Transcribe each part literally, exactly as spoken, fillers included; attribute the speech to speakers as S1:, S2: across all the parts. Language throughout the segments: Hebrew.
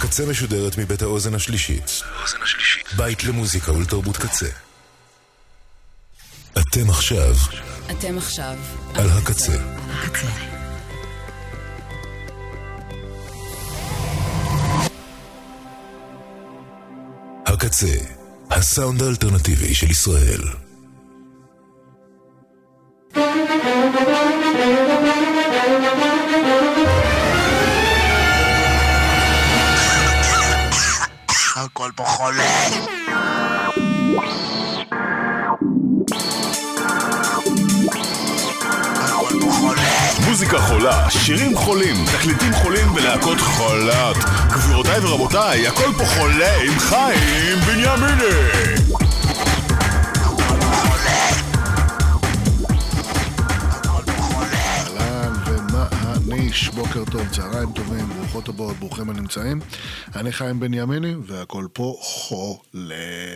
S1: הקצה משודרת מבית האוזן השלישית. בית למוזיקה ולתרבות קצה. אתם עכשיו.
S2: אתם עכשיו.
S1: על הקצה.
S2: הקצה.
S1: הקצה, הסאונד האלטרנטיבי של ישראל.
S3: הכל פה חולה. הכל פה חולה.
S4: מוזיקה חולה, שירים חולים, תקליטים חולים ולהקות חולת. גבירותיי ורבותיי, הכל פה חולה עם חיים בנימיני.
S5: בוקר טוב, צהריים טובים, ברוכות הבאות, ברוכים הנמצאים. אני חיים בנימיני והכל פה חולה.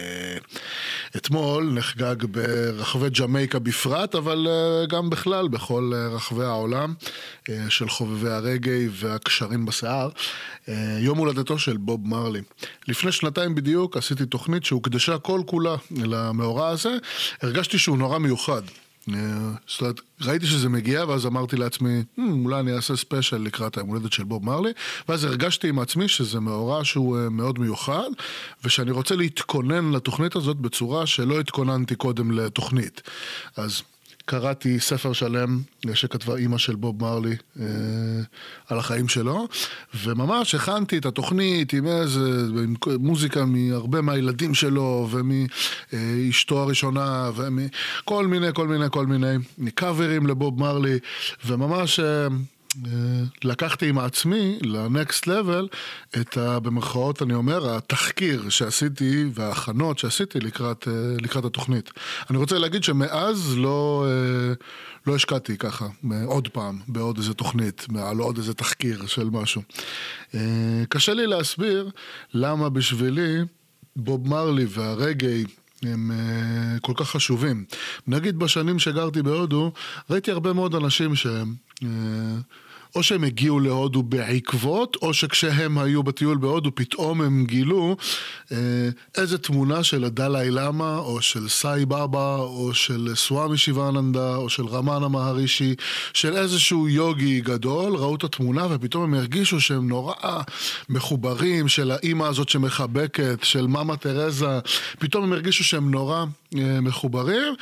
S5: אתמול נחגג ברחבי ג'מייקה בפרט, אבל גם בכלל בכל רחבי העולם של חובבי הרגעי והקשרים בשיער, יום הולדתו של בוב מרלי. לפני שנתיים בדיוק עשיתי תוכנית שהוקדשה כל כולה למאורע הזה. הרגשתי שהוא נורא מיוחד. זאת אומרת, ראיתי שזה מגיע, ואז אמרתי לעצמי, אולי אני אעשה ספיישל לקראת היום הולדת של בוב מרלי, ואז הרגשתי עם עצמי שזה מאורע שהוא מאוד מיוחד, ושאני רוצה להתכונן לתוכנית הזאת בצורה שלא התכוננתי קודם לתוכנית. אז קראתי ספר שלם שכתבה אימא של בוב מרלי אה, על החיים שלו, וממש הכנתי את התוכנית עם איזה עם מוזיקה מהרבה מהילדים שלו ומאשתו הראשונה ומכל מיני כל מיני כל מיני קאברים לבוב מרלי, וממש אה, לקחתי עם עצמי לנקסט לבל את ה, במרכאות אני אומר, התחקיר שעשיתי וההכנות שעשיתי לקראת, לקראת התוכנית. אני רוצה להגיד שמאז לא, לא השקעתי ככה, עוד פעם, בעוד איזה תוכנית, על עוד איזה תחקיר של משהו. קשה לי להסביר למה בשבילי בוב מרלי והרגעי הם uh, כל כך חשובים. נגיד בשנים שגרתי בהודו, ראיתי הרבה מאוד אנשים שהם uh, או שהם הגיעו להודו בעקבות, או שכשהם היו בטיול בהודו, פתאום הם גילו uh, איזה תמונה של הדלאי למה, או של סאי בבא, או של סוואמי שיבאננדה, או של רמאנה מהרישי, של איזשהו יוגי גדול, ראו את התמונה ופתאום הם הרגישו שהם נורא מחוברים, של האמא הזאת שמחבקת, של מאמה תרזה, פתאום הם הרגישו שהם נורא uh, מחוברים,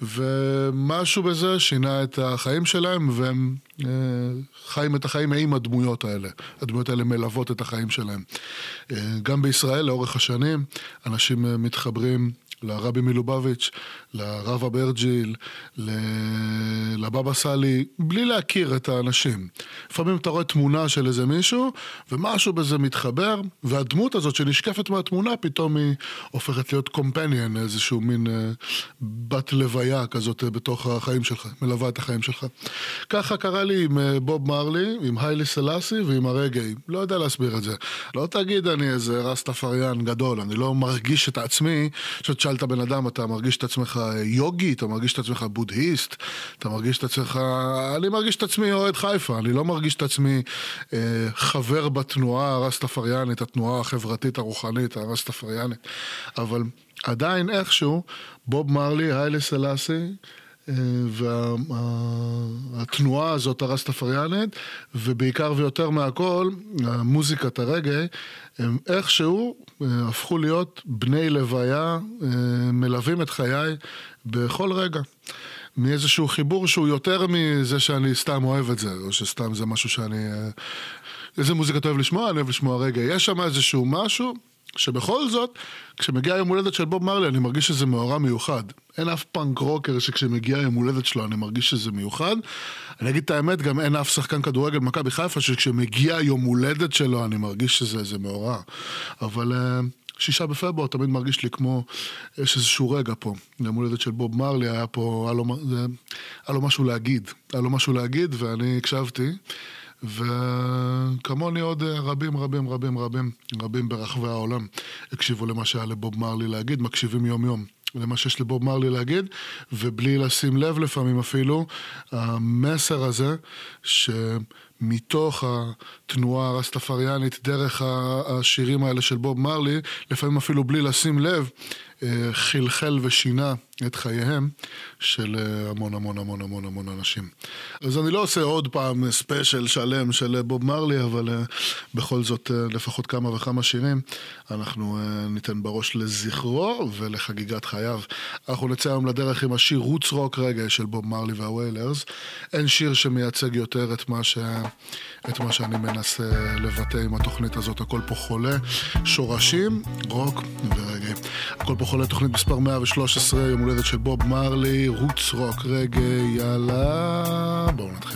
S5: ומשהו בזה שינה את החיים שלהם, והם uh, חיים את החיים עם הדמויות האלה. הדמויות האלה מלוות את החיים שלהם. Uh, גם בישראל, לאורך השנים, אנשים uh, מתחברים לרבי מלובביץ', לרב אברג'יל, לבבא סאלי, בלי להכיר את האנשים. לפעמים אתה רואה תמונה של איזה מישהו, ומשהו בזה מתחבר, והדמות הזאת שנשקפת מהתמונה, פתאום היא הופכת להיות קומפניאן, איזשהו מין בת לוויה כזאת בתוך החיים שלך, מלווה את החיים שלך. ככה קרה לי עם בוב מרלי, עם היילי סלאסי ועם הרגעי. לא יודע להסביר את זה. לא תגיד אני איזה רסטפריאן גדול, אני לא מרגיש את עצמי, שתשאלת בן אדם, אתה מרגיש את עצמך יוגי, אתה מרגיש את עצמך בודהיסט, אתה מרגיש את עצמך, אני מרגיש את עצמי אוהד חיפה, אני לא מרגיש את עצמי אה, חבר בתנועה הרסטפריאנית, התנועה החברתית הרוחנית הרסטפריאנית, אבל עדיין איכשהו בוב מרלי, היילי סלאסי והתנועה הזאת הרסטפריאנית, ובעיקר ויותר מהכל המוזיקת הרגעי, הם איכשהו הפכו להיות בני לוויה, מלווים את חיי בכל רגע, מאיזשהו חיבור שהוא יותר מזה שאני סתם אוהב את זה, או שסתם זה משהו שאני, איזה מוזיקה אתה אוהב לשמוע, אני אוהב לשמוע רגע, יש שם איזשהו משהו שבכל זאת, כשמגיע יום הולדת של בוב מרלי, אני מרגיש שזה מאורע מיוחד. אין אף פאנק רוקר שכשמגיע יום הולדת שלו, אני מרגיש שזה מיוחד. אני אגיד את האמת, גם אין אף שחקן כדורגל מכבי חיפה, שכשמגיע יום הולדת שלו, אני מרגיש שזה זה מאורע. אבל שישה בפברואר תמיד מרגיש לי כמו, יש איזשהו רגע פה. יום הולדת של בוב מרלי היה פה, היה לו, היה לו משהו להגיד. היה לו משהו להגיד, ואני הקשבתי. וכמוני עוד רבים רבים רבים רבים רבים ברחבי העולם הקשיבו למה שהיה לבוב מרלי להגיד, מקשיבים יום יום למה שיש לבוב מרלי להגיד, ובלי לשים לב לפעמים אפילו המסר הזה ש מתוך התנועה הרסטפריאנית, דרך השירים האלה של בוב מרלי, לפעמים אפילו בלי לשים לב, חלחל ושינה את חייהם של המון המון המון המון המון אנשים. אז אני לא עושה עוד פעם ספיישל שלם של בוב מרלי, אבל בכל זאת לפחות כמה וכמה שירים אנחנו ניתן בראש לזכרו ולחגיגת חייו. אנחנו נצא היום לדרך עם השיר רוץ רוק רגע של בוב מרלי והוויילרס. אין שיר שמייצג יותר את מה ש... את מה שאני מנסה לבטא עם התוכנית הזאת. הכל פה חולה, שורשים, רוק ורגע. הכל פה חולה, תוכנית מספר מאה ושלוש עשרה, יום הולדת של בוב מרלי, רוץ רוק רגע, יאללה, בואו נתחיל.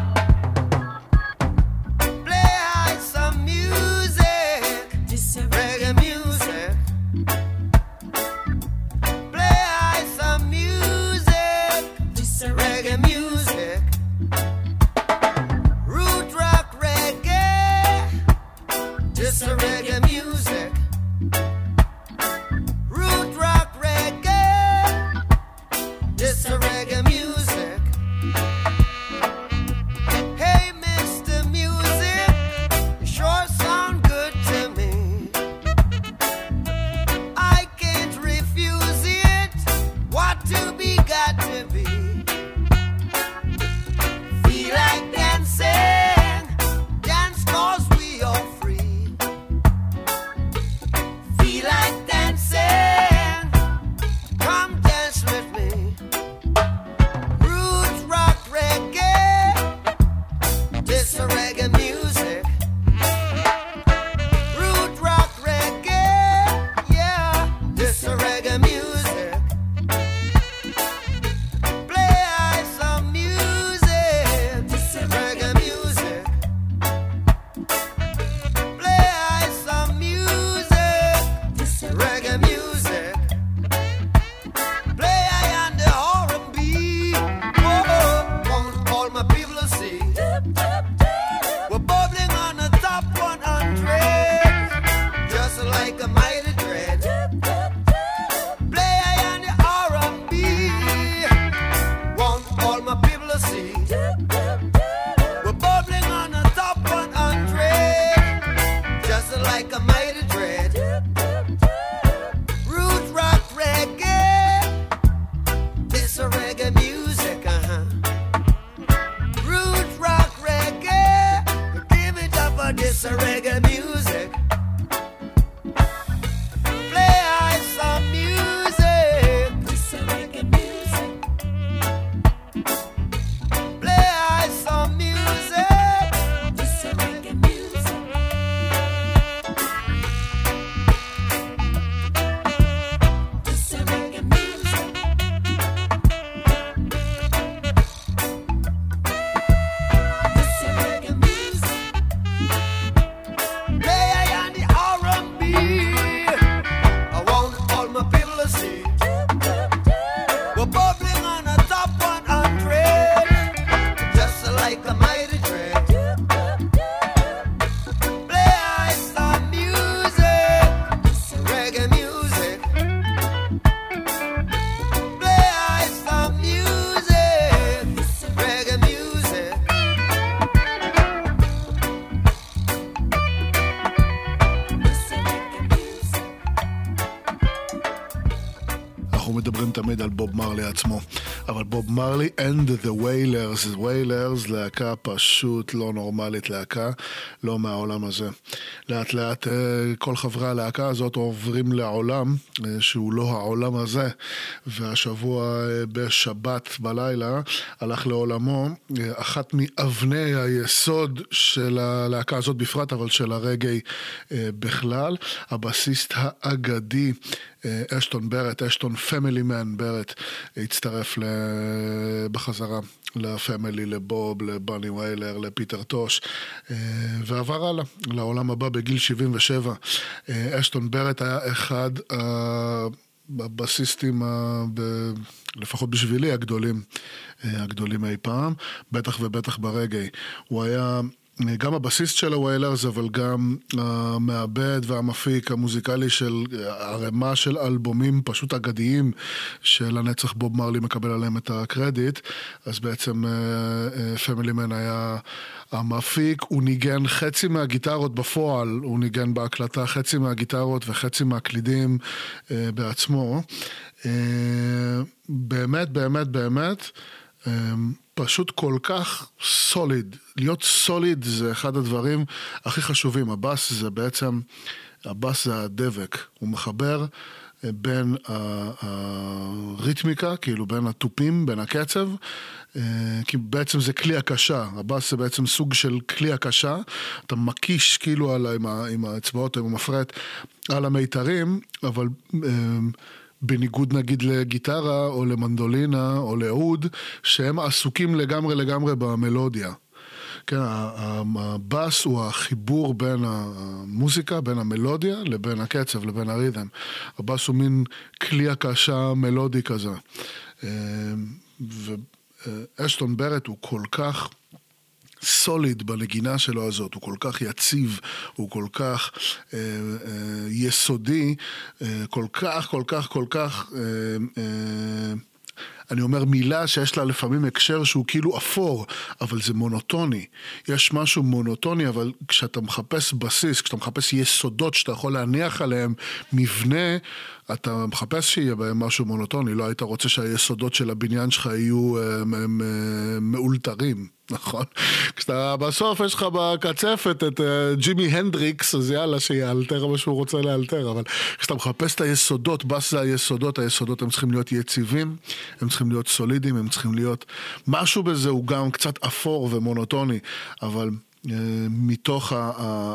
S5: מדברים תמיד על בוב מרלי עצמו, אבל בוב מרלי and the Wailers, Wailers להקה פשוט לא נורמלית, להקה לא מהעולם הזה. לאט לאט כל חברי הלהקה הזאת עוברים לעולם שהוא לא העולם הזה, והשבוע בשבת בלילה הלך לעולמו אחת מאבני היסוד של הלהקה הזאת בפרט, אבל של הרגעי בכלל, הבסיסט האגדי אשטון ברט, אשטון פמילי מן ברט, הצטרף בחזרה לפמילי, לבוב, לבוני ויילר, לפיטר טוש, ועבר הלאה לעולם הבא בגיל שבעים ושבע. אשטון ברט היה אחד הבסיסטים, לפחות בשבילי, הגדולים, הגדולים אי פעם, בטח ובטח ברגעי. הוא היה גם הבסיסט של הוויילרס, אבל גם המעבד והמפיק המוזיקלי של הרמה של אלבומים פשוט אגדיים, של הנצח בוב מרלי מקבל עליהם את הקרדיט, אז בעצם פמילי מן היה המפיק, הוא ניגן חצי מהגיטרות בפועל, הוא ניגן בהקלטה חצי מהגיטרות וחצי מהקלידים בעצמו. באמת, באמת, באמת, פשוט כל כך סוליד. להיות סוליד זה אחד הדברים הכי חשובים. הבאס זה בעצם, הבאס זה הדבק. הוא מחבר בין הריתמיקה, כאילו בין הטופים, בין הקצב, כי בעצם זה כלי הקשה. הבאס זה בעצם סוג של כלי הקשה. אתה מקיש כאילו על, עם, עם האצבעות, עם המפרט, על המיתרים, אבל בניגוד נגיד לגיטרה או למנדולינה או לעוד, שהם עסוקים לגמרי לגמרי במלודיה. כן, הבאס הוא החיבור בין המוזיקה, בין המלודיה לבין הקצב, לבין הריתם. הבאס הוא מין כלי הקשה מלודי כזה. ואשטון ברט הוא כל כך סוליד בנגינה שלו הזאת, הוא כל כך יציב, הוא כל כך אה, אה, יסודי, אה, כל כך, כל כך, כל כך, אה, אה, אני אומר מילה שיש לה לפעמים הקשר שהוא כאילו אפור, אבל זה מונוטוני. יש משהו מונוטוני, אבל כשאתה מחפש בסיס, כשאתה מחפש יסודות שאתה יכול להניח עליהם מבנה, אתה מחפש שיהיה בהם משהו מונוטוני, לא היית רוצה שהיסודות של הבניין שלך יהיו מאולתרים, נכון? כשאתה בסוף יש לך בקצפת את ג'ימי הנדריקס, אז יאללה שיאלתר מה שהוא רוצה לאלתר, אבל כשאתה מחפש את היסודות, בס זה היסודות, היסודות הם צריכים להיות יציבים, הם צריכים להיות סולידיים, הם צריכים להיות, משהו בזה הוא גם קצת אפור ומונוטוני, אבל מתוך ה...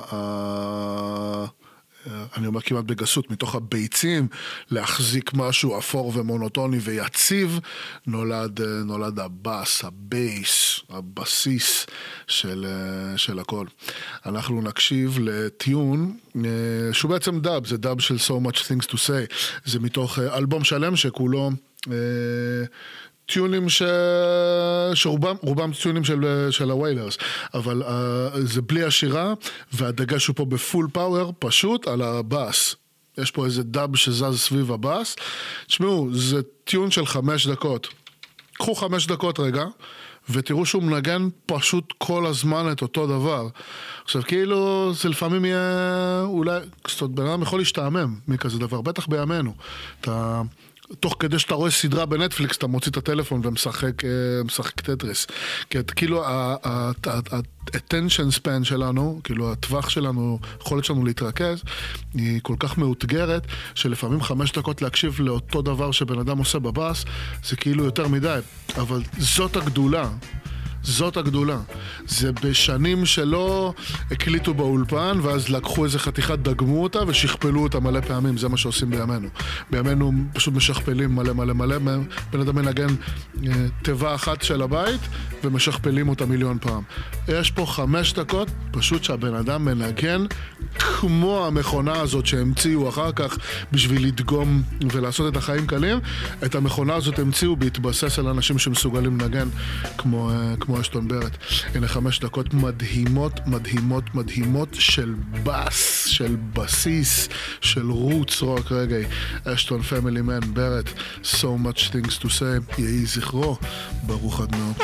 S5: ה אני אומר כמעט בגסות, מתוך הביצים, להחזיק משהו אפור ומונוטוני ויציב, נולד, נולד הבאס, הבייס, הבסיס של, של הכל. אנחנו נקשיב לטיון, שהוא בעצם דאב, זה דאב של So Much Things to Say, זה מתוך אלבום שלם שכולו טיונים ש... שרובם רובם טיונים של, של הוויילרס, אבל uh, זה בלי השירה, והדגש הוא פה בפול פאוור, פשוט על הבאס. יש פה איזה דאב שזז סביב הבאס. תשמעו, זה טיון של חמש דקות. קחו חמש דקות רגע, ותראו שהוא מנגן פשוט כל הזמן את אותו דבר. עכשיו, כאילו, זה לפעמים יהיה, אולי, זאת בן אדם יכול להשתעמם מכזה דבר, בטח בימינו. אתה... תוך כדי שאתה רואה סדרה בנטפליקס, אתה מוציא את הטלפון ומשחק משחק טטריס. כי כאילו, ה-attention span שלנו, כאילו, הטווח שלנו, יכולת שלנו להתרכז, היא כל כך מאותגרת, שלפעמים חמש דקות להקשיב לאותו דבר שבן אדם עושה בבאס, זה כאילו יותר מדי. אבל זאת הגדולה. זאת הגדולה. זה בשנים שלא הקליטו באולפן, ואז לקחו איזה חתיכת, דגמו אותה ושכפלו אותה מלא פעמים. זה מה שעושים בימינו. בימינו פשוט משכפלים מלא מלא מלא. בן אדם מנגן טבע אחת של הבית, ומשכפלים אותה מיליון פעם. יש פה חמש דקות, פשוט שהבן אדם מנגן כמו המכונה הזאת שהמציאו אחר כך בשביל לדגום ולעשות את החיים קלים. את המכונה הזאת המציאו בהתבסס על אנשים שמסוגלים לנגן כמו, כמו אשטון ברט. הנה חמש דקות מדהימות, מדהימות, מדהימות של בס, של בסיס, של רוץ רוק רגעי. אשטון פמילי מן, ברט, so much things to say, יהי זכרו, ברוך עד מאוד.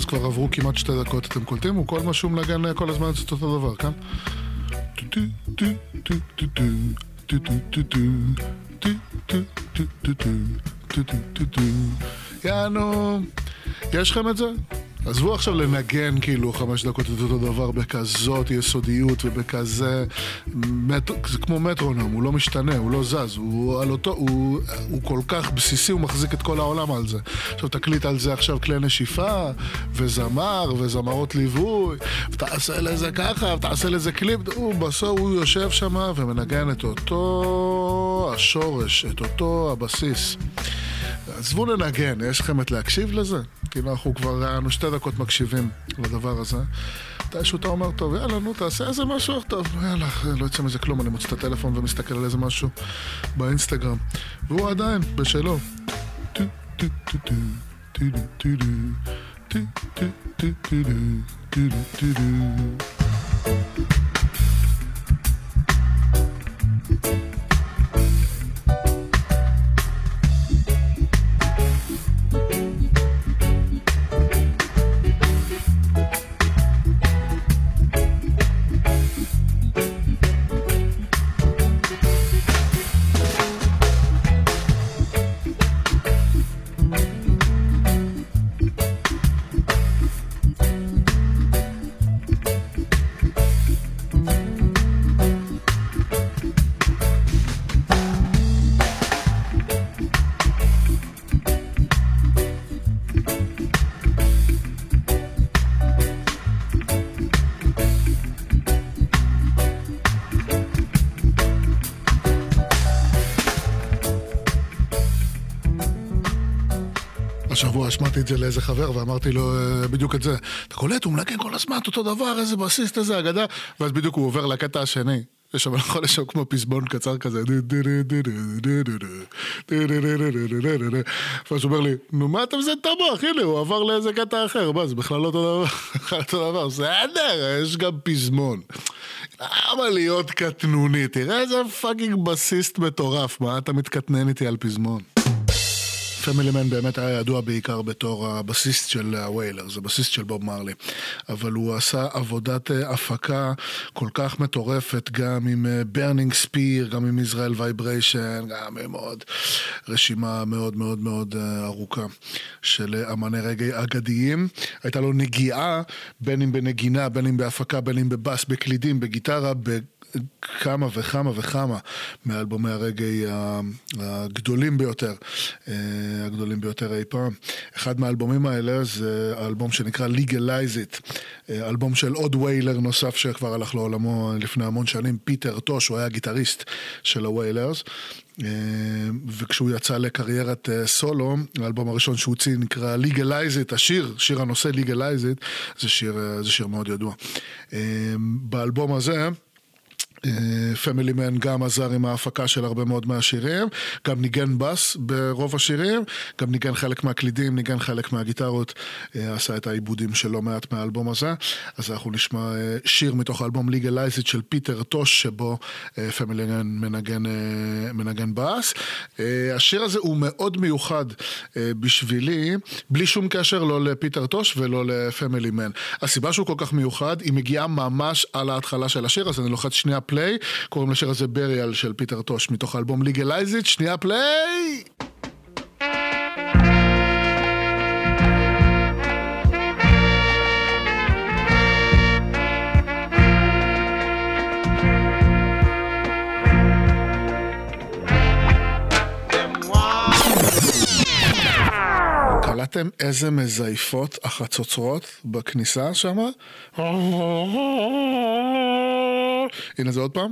S5: כבר עברו כמעט שתי דקות, אתם קולטים? הוא כל מה שהוא מנגן כל הזמן זה אותו דבר, כן? יאנו, יש לכם את זה? עזבו עכשיו לנגן כאילו חמש דקות את אותו דבר בכזאת יסודיות ובכזה מט... זה כמו מטרונום, הוא לא משתנה, הוא לא זז, הוא, על אותו, הוא, הוא כל כך בסיסי, הוא מחזיק את כל העולם על זה. עכשיו תקליט על זה עכשיו כלי נשיפה וזמר וזמרות ליווי ותעשה לזה ככה ותעשה לזה קליפ, הוא בסוף הוא יושב שם ומנגן את אותו השורש, את אותו הבסיס. עזבו לנגן, יש לכם את להקשיב לזה? כאילו אנחנו כבר ראינו שתי דקות מקשיבים לדבר הזה. מתישהו אתה אומר, טוב, יאללה, נו, תעשה איזה משהו טוב. יאללה, לא יצא מזה כלום, אני מוצא את הטלפון ומסתכל על איזה משהו באינסטגרם. והוא עדיין בשלו. השבוע השמעתי את זה לאיזה חבר ואמרתי לו בדיוק את זה, אתה קולט, הוא מנגן כל הזמן אותו דבר, איזה בסיסט, איזה אגדה, ואז בדיוק הוא עובר לקטע השני, יש שם נכון לשם כמו פסבון קצר כזה, ואז הוא אומר לי, נו מה אתה מזה את המוח, הנה הוא עבר לאיזה קטע אחר, מה זה בכלל לא אותו דבר, בסדר, יש גם פסבון, למה להיות קטנוני, תראה איזה פאקינג בסיסט מטורף, מה אתה מתקטנן איתי על פסבון? פמילי מן באמת היה ידוע בעיקר בתור הבסיסט של הוויילר, זה בסיסט של בוב מרלי, אבל הוא עשה עבודת הפקה כל כך מטורפת, גם עם ברנינג ספיר, גם עם ישראל וייבריישן, גם עם עוד רשימה מאוד מאוד מאוד ארוכה של אמני רגעי אגדיים. הייתה לו נגיעה, בין אם בנגינה, בין אם בהפקה, בין אם בבאס, בקלידים, בגיטרה, ב... כמה וכמה וכמה מאלבומי הרגעי הגדולים ביותר, הגדולים ביותר אי פעם. אחד מהאלבומים האלה זה האלבום שנקרא Legalize It, אלבום של עוד וויילר נוסף שכבר הלך לעולמו לפני המון שנים, פיטר טוש, הוא היה גיטריסט של הוויילרס, וכשהוא יצא לקריירת סולו, האלבום הראשון שהוא הוציא נקרא Legalize It, השיר, שיר הנושא Legalize It, זה שיר, זה שיר מאוד ידוע. באלבום הזה פמילי מן גם עזר עם ההפקה של הרבה מאוד מהשירים, גם ניגן בס ברוב השירים, גם ניגן חלק מהקלידים, ניגן חלק מהגיטרות, עשה את העיבודים של לא מעט מהאלבום הזה. אז אנחנו נשמע שיר מתוך האלבום Legalize It של פיטר טוש, שבו פמילי מן מנגן, מנגן בס. השיר הזה הוא מאוד מיוחד בשבילי, בלי שום קשר לא לפיטר טוש ולא לפמילי מן. הסיבה שהוא כל כך מיוחד, היא מגיעה ממש על ההתחלה של השיר, אז אני לוחץ שנייה פליי, קוראים לשיר הזה בריאל של פיטר טוש מתוך האלבום Legalize It, שנייה פליי! קלטתם איזה מזייפות החצוצרות בכניסה שם? הנה זה עוד פעם.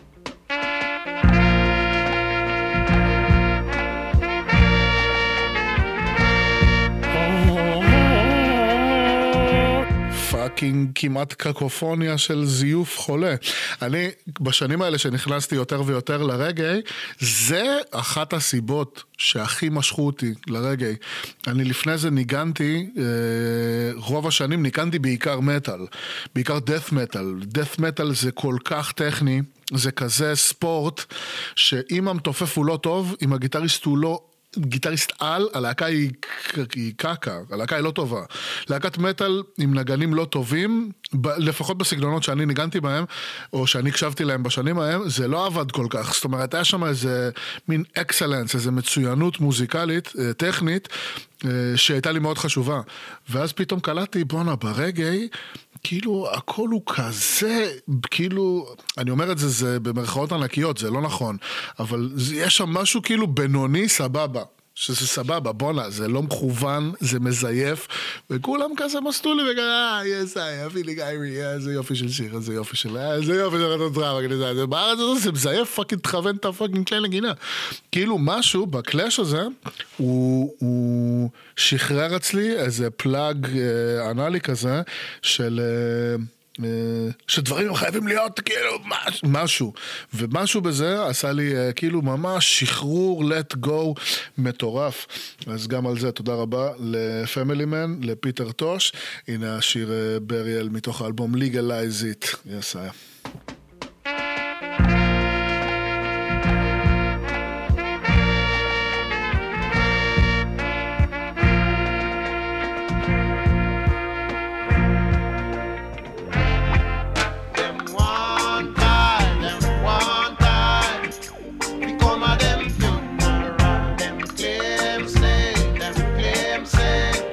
S5: פאקינג כמעט קקופוניה של זיוף חולה. אני בשנים האלה שנכנסתי יותר ויותר לרגעי, זה אחת הסיבות שהכי משכו אותי לרגעי. אני לפני זה ניגנתי, רוב השנים ניגנתי בעיקר מטל, בעיקר דף מטל. דף מטל זה כל כך טכני, זה כזה ספורט, שאם המתופף הוא לא טוב, אם הגיטריסט הוא לא גיטריסט על, הלהקה היא, היא קקה, הלהקה היא לא טובה. להקת מטל עם נגנים לא טובים, לפחות בסגנונות שאני ניגנתי בהם, או שאני הקשבתי להם בשנים ההם, זה לא עבד כל כך. זאת אומרת, היה שם איזה מין אקסלנס, איזה מצוינות מוזיקלית, טכנית, שהייתה לי מאוד חשובה. ואז פתאום קלטתי, בונה, ברגעי, כאילו הכל הוא כזה, כאילו, אני אומר את זה, זה במרכאות ענקיות, זה לא נכון, אבל יש שם משהו כאילו בינוני סבבה, שזה סבבה, בונה, זה לא מכוון, זה מזייף, וכולם כזה מסתו לי וכזה, אה, יש, אה, פיליג איירי, איזה יופי של שיר, איזה יופי של, איזה יופי של רטות דרמה, בארץ הזה זה מזייף, פאקינג תכוון את הפאקינג כלי נגינה. כאילו משהו בקלאש הזה, הוא, הוא שחרר אצלי איזה פלאג אה, אנלי כזה, של... אה, שדברים חייבים להיות כאילו משהו, ומשהו בזה עשה לי כאילו ממש שחרור let go מטורף. אז גם על זה תודה רבה לפמילי מן, לפיטר טוש. הנה השיר בריאל מתוך האלבום Legalize It. yes, היה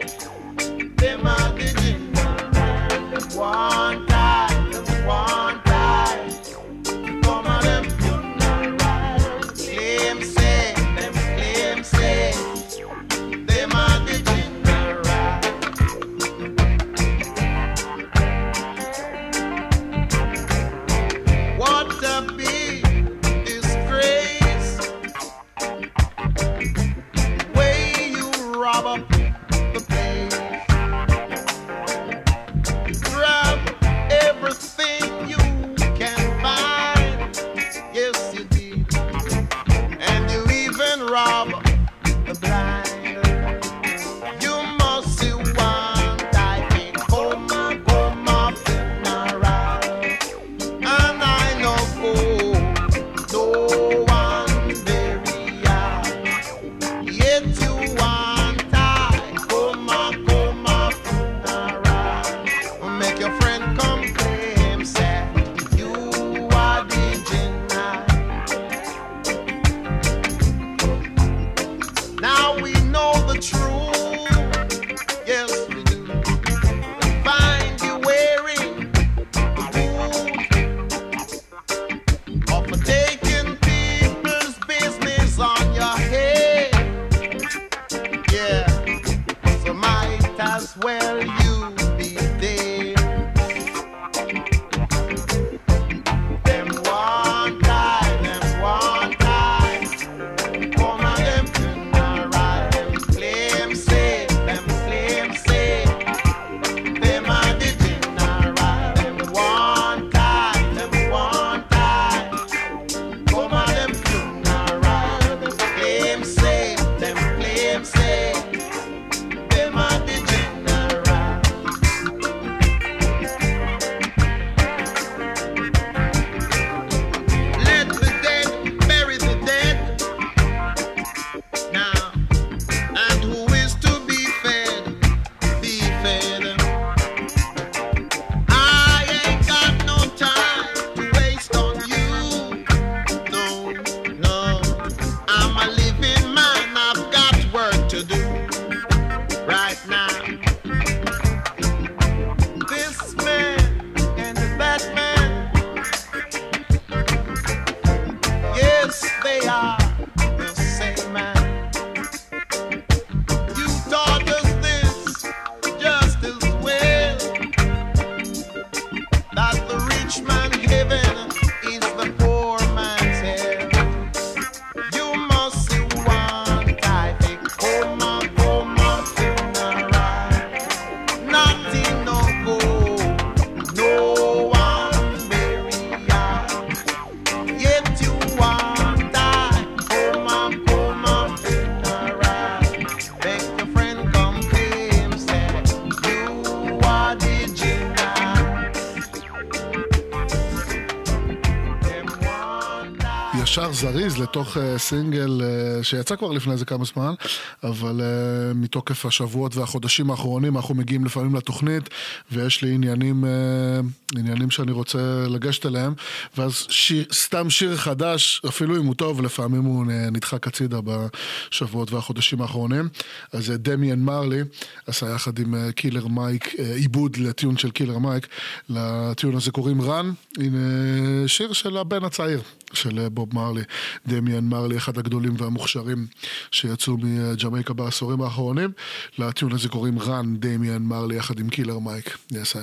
S2: One time, one time.
S5: ישר זריז לתוך סינגל שיצא כבר לפני זה כמה זמן, אבל מתוקף השבועות והחודשים האחרונים אנחנו מגיעים לפעמים לתוכנית, ויש לי עניינים, עניינים שאני רוצה לגשת אליהם, ואז שיר, סתם שיר חדש, אפילו אם הוא טוב, לפעמים הוא נדחק הצידה בשבועות והחודשים האחרונים. אז דמיאן מרלי עשה יחד עם קילר מייק, עיבוד לטיון של קילר מייק, לטיון הזה קוראים רן, הנה שיר של הבן הצעיר של בוב מרלי. דמיאן מרלי, אחד הגדולים והמוכשרים שיצאו מג'מייקה בעשורים האחרונים, לטיון הזה קוראים רן, דמיאן מרלי יחד עם קילר מייק. יסיים.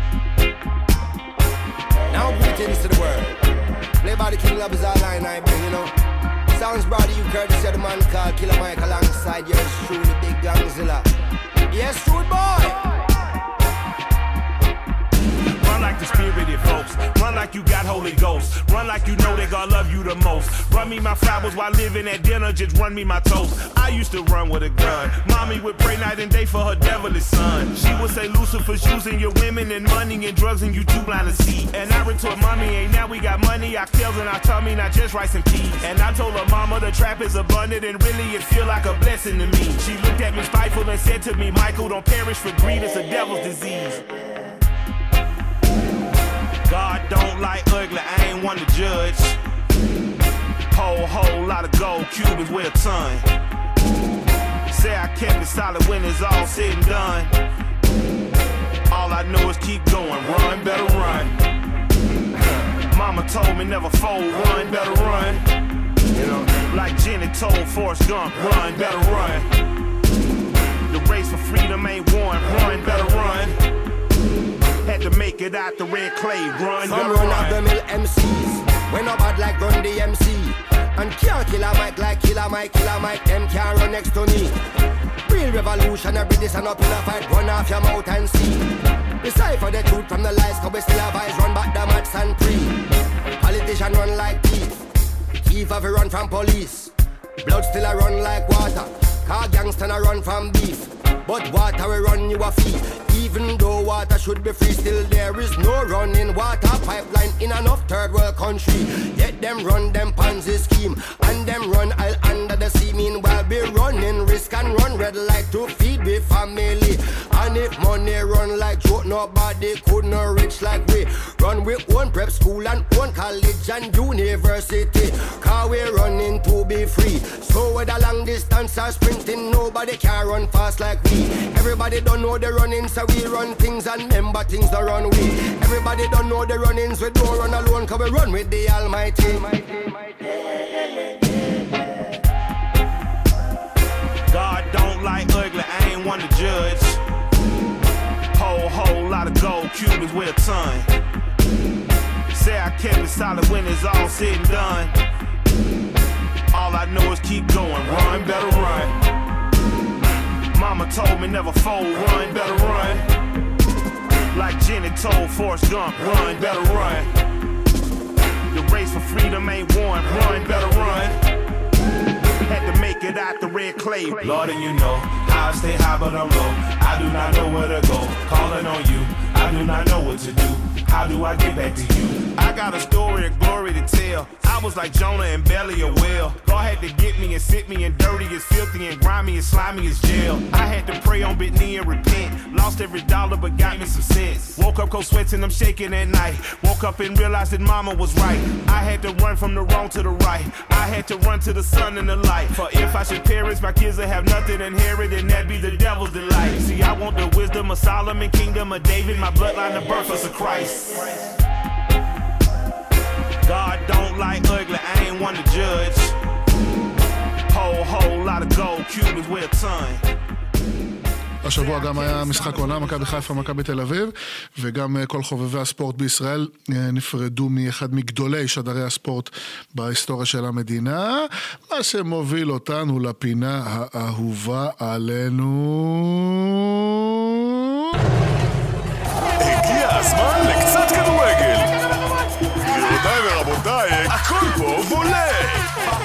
S2: Now greetings to the world. Play by the King Love is all line I bring, you know. Sounds brought to you courtesy of the man called Killer Mike alongside yours truly, Big Gangzilla. Yes, true boy.
S6: Run like the spirited folks. Run like you got Holy Ghost. Run like you know that God love you the most. Run me my flowers while living at dinner. Just run me my toast. I used to run with a gun. Mommy would pray night and day for her devilish son. She would say Lucifer's using your women and money and drugs and you too blind to see. And I retort, mommy, ain't now we got money. I kills and I tell me not just rice and peas. And I told her mama the trap is abundant and really it feel like a blessing to me. She looked at me spiteful and said to me, Michael, don't perish for greed. It's a devil's disease. God don't like ugly, I ain't one to judge. Whole, whole lot of gold Cubans with a ton. Say I kept it solid when it's all said and done. All I know is keep going, run, better run. Mama told me never fold, run, better run. You know, like Jenny told Forrest Gump, run, better run. The race for freedom ain't won, run, better run. Had to make it out the red clay, run,
S2: Some
S6: better
S2: run
S6: run.
S2: of the mill M Cs, when no bad like run the M C. And can't kill a mic like killer Mike, killer Mike, them can't run next to me. Real revolutionary, this and up in a fight, run off your mouth and see. Decipher the truth from the lies, cause we still have eyes, run back the mats and pre. Politician run like thief, thief have a run from police. Blood still a run like water, car gangster a run from beef. But water will run you a fee. Even though water should be free, still there is no running water pipeline in enough third world country. Yet them run them Ponzi scheme, and them run all under the sea. Meanwhile be running risk and run red light to feed the family. And if money run like joke, nobody could not rich like we. Run with one prep school and one college and university. Cause we running to be free. So whether long distance or sprinting, nobody can run fast like we. Everybody don't know the running, so we run things and remember things don't run we. Everybody don't know the runnings, we don't run alone, cause we run with the Almighty.
S6: God don't like ugly, I ain't one to judge. Whole, whole lot of gold Cubans with a ton. Say I kept it solid when it's all said and done. All I know is keep going, run, better run. Mama told me never fold, run, better run. Like Jenny told Forrest Gump, run, better run. The race for freedom ain't won, run, better run. Had to make it out the red clay. Lord, and you know, I stay high but I'm low. I do not know where to go, calling on you. I do not know what to do. How do I get back to you? I got a story of glory to tell. I was like Jonah and belly a whale. God had to get me and sit me in dirty as filthy and grimy as slimy as jail. I had to pray on bit knee and repent. Lost every dollar but got me some sense. Woke up cold sweats and I'm shaking at night. Woke up and realized that mama was right. I had to run from the wrong to the right. I had to run to the sun and the light. For if I should perish, my kids will have nothing inherit, and that be the devil's delight. See, I want the wisdom of Solomon, kingdom of David, my bloodline, the birth of Christ. God don't like ugly, I ain't one to judge. Whole, whole lot of gold Cubans with a ton.
S5: השבוע גם היה משחק עונה, מכבי חיפה, מכבי תל אביב, וגם כל חובבי הספורט בישראל נפרדו מאחד מגדולי שדרי הספורט בהיסטוריה של המדינה, מה שמוביל אותנו לפינה האהובה עלינו.
S4: הגיע הזמן לקצת כדורגל. גבירותיי ורבותיי, הכל פה בולט.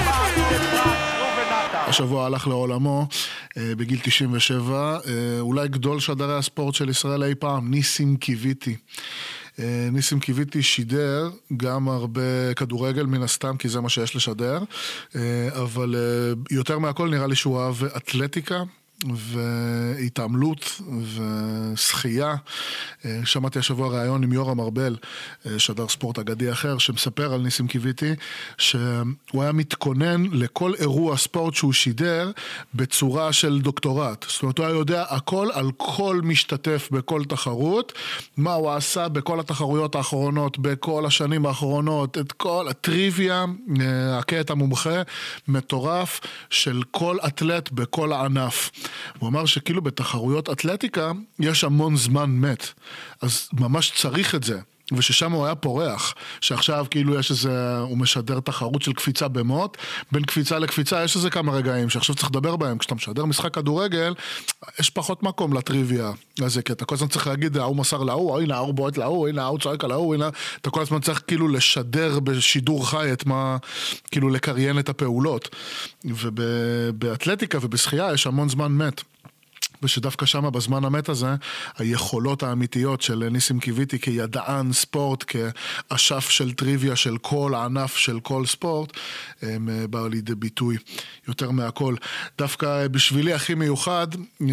S5: השבוע הלך לעולמו בגיל תשעים ושבע, אולי גדול שדרי הספורט של ישראל אי פעם, ניסים קיוויתי. ניסים קיוויתי שידר גם הרבה כדורגל מן הסתם, כי זה מה שיש לשדר, אבל יותר מהכל נראה לי שהוא אוהב אתלטיקה, והתעמלות ושחייה. שמעתי השבוע ראיון עם יורם ארבל, שדר ספורט אגדי אחר, שמספר על ניסים קיוויתי, שהוא היה מתכונן לכל אירוע ספורט שהוא שידר בצורה של דוקטורט. זאת אומרת, הוא היה יודע הכל על כל משתתף בכל תחרות, מה הוא עשה בכל התחרויות האחרונות, בכל השנים האחרונות, את כל הטריוויה, הקטע מומחה, מטורף של כל אתלט בכל הענף. הוא אמר שכאילו בתחרויות אתלטיקה יש המון זמן מת, אז ממש צריך את זה, וששם הוא היה פורח, שעכשיו כאילו יש איזה, הוא משדר תחרות של קפיצה במות, בין קפיצה לקפיצה יש איזה כמה רגעים שעכשיו צריך לדבר בהם, כשאתה משדר משחק כדורגל, יש פחות מקום לטריוויה הזה, כי אתה כל הזמן צריך להגיד, ההוא מסר להוא, הנה ההוא בועט להוא, הנה ההוא צועק על ההוא, הנה, אתה כל הזמן צריך כאילו לשדר בשידור חי את מה, כאילו לקריין את הפעולות, ובאתלטיקה ובשחייה יש המון זמן מת. ושדווקא שמה בזמן המת הזה, היכולות האמיתיות של ניסים קיוויתי כידען ספורט, כאשף של טריוויה של כל הענף של כל ספורט, הם באו לידי ביטוי יותר מהכל. דווקא בשבילי הכי מיוחד,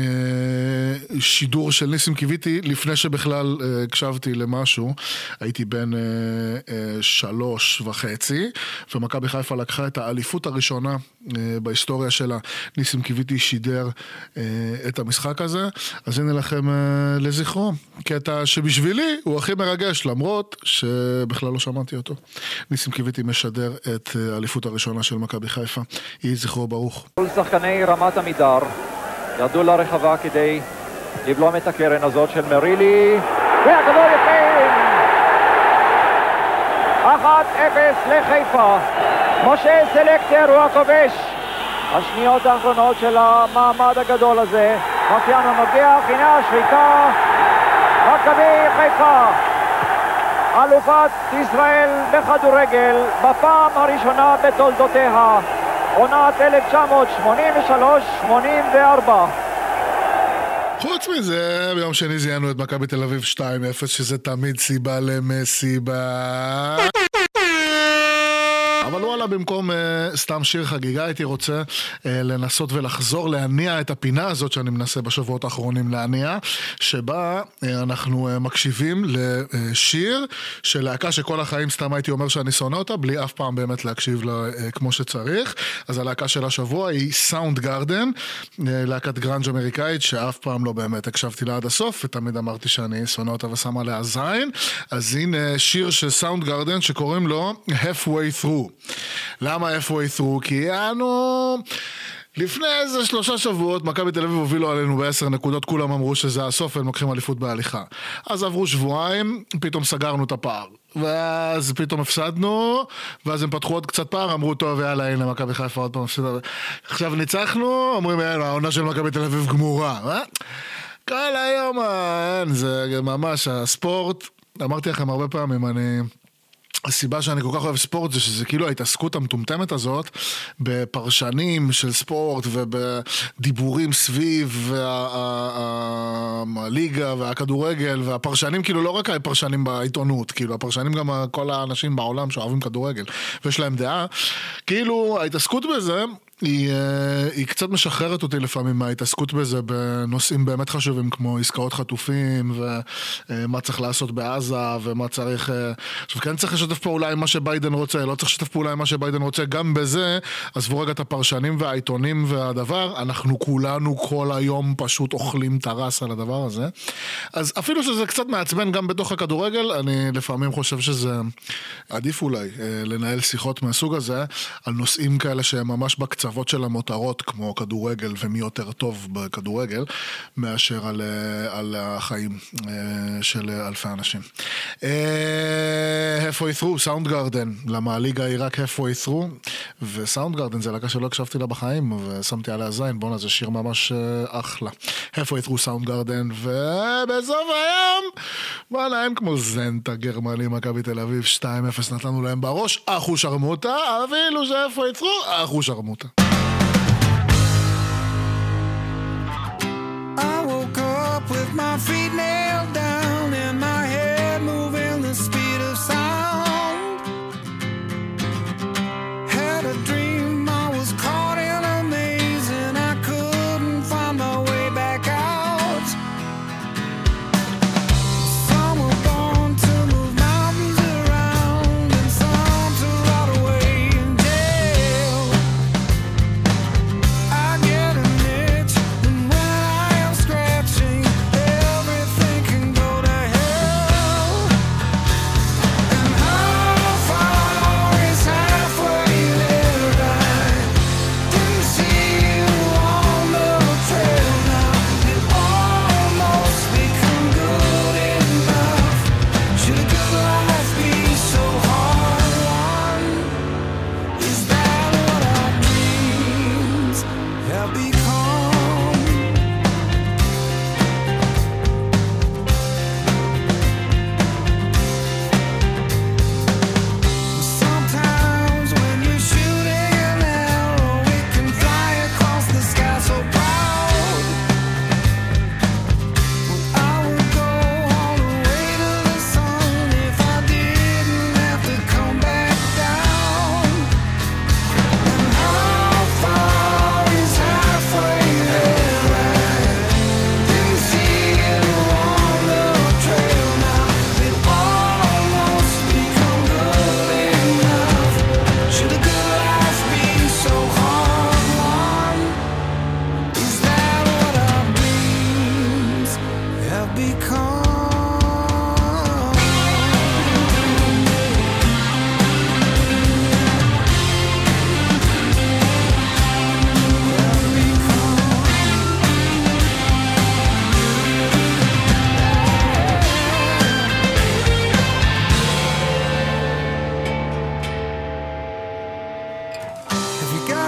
S5: שידור של ניסים קיוויתי, לפני שבכלל הקשבתי למשהו, הייתי בן שלוש וחצי, ומכבי חיפה לקחה את האליפות הראשונה בהיסטוריה שלה, ניסים קיוויתי שידר את המשחק הזה, אז הנה לכם לזכרו, קטע שבשבילי הוא הכי מרגש, למרות שבכלל לא שמעתי אותו. ניסים קיוויתי משדר את האליפות הראשונה של מכבי חיפה, יהי זכרו ברוך. כל
S7: שחקני רמת עמידר ירדו לרחבה כדי לבלום את הקרן הזאת של מרילי, והכדור יפים! אחת אפס לחיפה, משה סלקטר הוא הכובש. השניות האחרונות של המעמד הגדול הזה, מפיאנו נוגח, הנה השריקה, מכבי חיפה, אלופת ישראל בכדורגל, בפעם הראשונה בתולדותיה, עונת אלף תשע מאות שמונים ושלוש שמונים וארבע.
S5: חוץ מזה, ביום שני זיינו את מכבי תל אביב שתיים אפס, שזה תמיד סיבה למסיבה. אבל וואלה, במקום uh, סתם שיר חגיגה, הייתי רוצה uh, לנסות ולחזור להניע את הפינה הזאת שאני מנסה בשבועות האחרונים להניע, שבה uh, אנחנו uh, מקשיבים לשיר של להקה שכל החיים סתם הייתי אומר שאני שונא אותה, בלי אף פעם באמת להקשיב לה uh, כמו שצריך. אז הלהקה של השבוע היא סאונד גרדן, uh, להקת גרנג' אמריקאית, שאף פעם לא באמת הקשבתי לה עד הסוף, ותמיד אמרתי שאני שונא אותה ושמה לה זין. אז הנה שיר של סאונד גרדן שקוראים לו Halfway Through. למה halfway through? כי אנו לפני איזה שלושה שבועות מכבי תל אביב הובילו עלינו בעשר נקודות, כולם אמרו שזה הסוף והם לוקחים אליפות בהליכה. אז עברו שבועיים, פתאום סגרנו את הפער, ואז פתאום הפסדנו, ואז הם פתחו עוד קצת פער, אמרו טוב יאללה הנה מכבי חיפה עוד פעם הפסידה, עכשיו ניצחנו, אומרים יאללה העונה של מכבי תל אביב גמורה, אה? כל היום זה ממש הספורט, אמרתי לכם הרבה פעמים, אני הסיבה שאני כל כך אוהב ספורט זה שזה כאילו ההתעסקות המטומטמת הזאת בפרשנים של ספורט ובדיבורים סביב הליגה והכדורגל, והפרשנים כאילו לא רק הפרשנים בעיתונות, כאילו הפרשנים גם כל האנשים בעולם שאוהבים כדורגל ויש להם דעה, כאילו ההתעסקות בזה היא, היא קצת משחררת אותי לפעמים מההתעסקות בזה בנושאים באמת חשובים כמו עסקאות חטופים ומה צריך לעשות בעזה ומה צריך, עכשיו כן צריך לשתף פעולה עם מה שביידן רוצה, לא צריך לשתף פעולה עם מה שביידן רוצה, גם בזה, עזבו רגע את הפרשנים והעיתונים והדבר, אנחנו כולנו כל היום פשוט אוכלים תרס על הדבר הזה, אז אפילו שזה קצת מעצבן גם בתוך הכדורגל, אני לפעמים חושב שזה עדיף אולי לנהל שיחות מהסוג הזה על נושאים כאלה שהם ממש בקצה של המותרות כמו כדורגל ומי יותר טוב בכדורגל מאשר על, על החיים של אלפי אנשים. Halfway Through, סאונד גרדן, למה הליגה היא רק Halfway Through, וסאונד גרדן זה להקה שלא הקשבתי לה בחיים ושמתי עליה זין, בונה זה שיר ממש אחלה. Halfway Through, סאונד גרדן, ובסוף היום בונה הם כמו זנטה גרמני מכבי תל אביב שתיים אפס נתנו להם בראש, אחו שרמוטה, אפילו ש-Halfway Through, אחו שרמוטה.
S8: With my feet nailed down and my head moving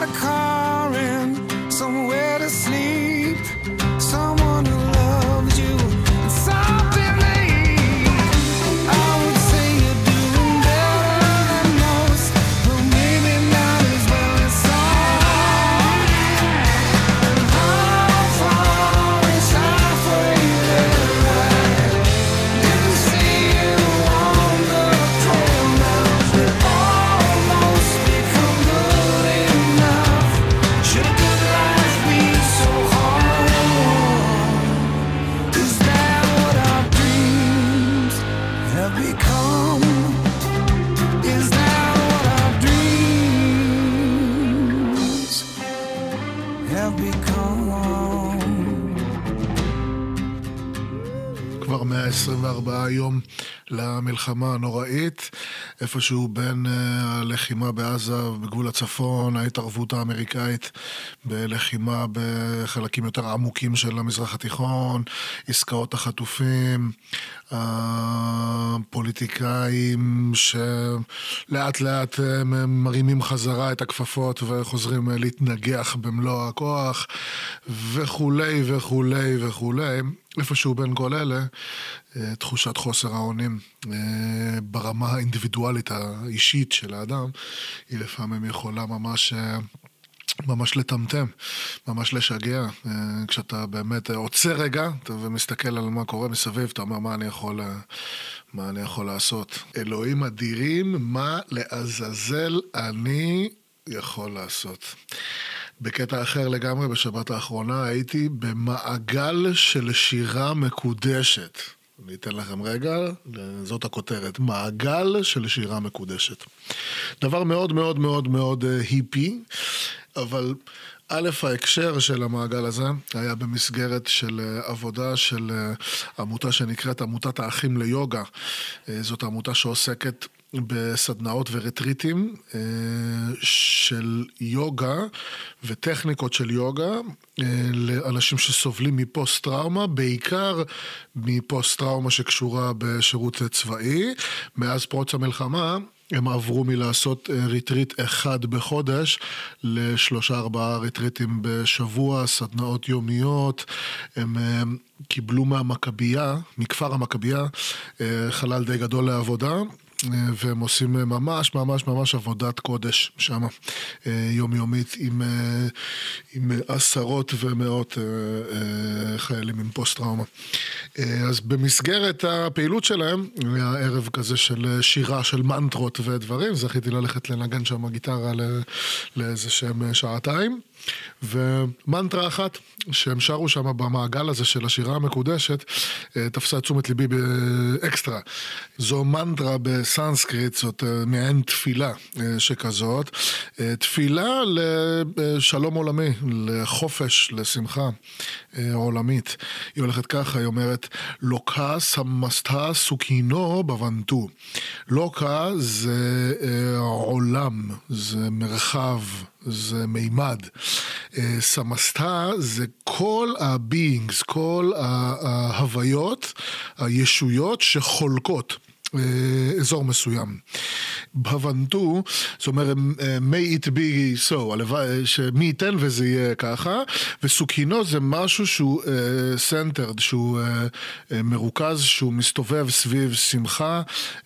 S8: got a car and somewhere to sleep, someone who loves you and something to eat. I would say you're doing better than most, but maybe not as well as some. How far is halfway there? Didn't see you on the trail now. Almost become good enough. Should good life be so hard? Is that what our dreams have become? Is that what our dreams have become?
S5: כבר מאה עשרים וארבעה יום למלחמה הנוראית, איפשהו בין הלחימה בעזה בגבול הצפון, ההתערבות האמריקאית בלחימה בחלקים יותר עמוקים של המזרח התיכון, עסקאות החטופים, הפוליטיקאים שלאט לאט מרימים חזרה את הכפפות וחוזרים להתנגח במלוא הכוח וכולי וכולי וכולי. איפשהו בין כל אלה, תחושת חוסר האונים ברמה האינדיבידואלית האישית של האדם, היא לפעמים יכולה ממש ממש לטמטם, ממש לשגע. כשאתה באמת עוצר רגע ומסתכל על מה קורה מסביב, אתה אומר מה אני יכול, מה אני יכול לעשות. אלוהים אדירים, מה לעזאזל אני יכול לעשות. בקטע אחר לגמרי, בשבת האחרונה הייתי במעגל של שירה מקודשת. אני אתן לכם רגע, זאת הכותרת, מעגל של שירה מקודשת. דבר מאוד מאוד מאוד מאוד היפי, אבל א', ההקשר של המעגל הזה היה במסגרת של עבודה של עמותה שנקראת עמותת האחים ליוגה. זאת עמותה שעוסקת בסדנאות ורטריטים של יוגה וטכניקות של יוגה לאנשים שסובלים מפוסט טראומה, בעיקר מפוסט טראומה שקשורה בשירות צבאי. מאז פרוץ המלחמה הם עברו מלעשות ריטריט אחד בחודש לשלושה ארבעה ריטריטים בשבוע, סדנאות יומיות. הם קיבלו מהמכבייה, מכפר המכבייה, חלל די גדול לעבודה, והם עושים ממש ממש ממש עבודת קודש שם, יומיומית, עם, עם עשרות ומאות חיילים עם פוסט טראומה. אז במסגרת הפעילות שלהם, היה ערב כזה של שירה, של מנטרות ודברים, זכיתי ללכת לנגן שם גיטרה לאיזה שהם שעתיים, ומנטרה אחת שהם שרו שם במעגל הזה של השירה המקודשת, תפסה תשומת ליבי באקסטרה. זו מנטרה בסנסקריט, זאת מעין תפילה שכזאת, תפילה לשלום עולמי, לחופש, לשמחה עולמית. היא הולכת ככה, היא אומרת, לוקה סמסתה סוקינו בבנתו. לוקה זה עולם, זה מרחב, זה מימד. סמסתה זה כל ה-beings, כל ההוויות, הישויות שחולקות אזור מסוים. בהבנתו, זאת אומרת, may it be so, שמי ייתן וזה יהיה ככה, וסוקינו זה משהו שהוא uh, centered, שהוא uh, מרוכז, שהוא מסתובב סביב שמחה uh,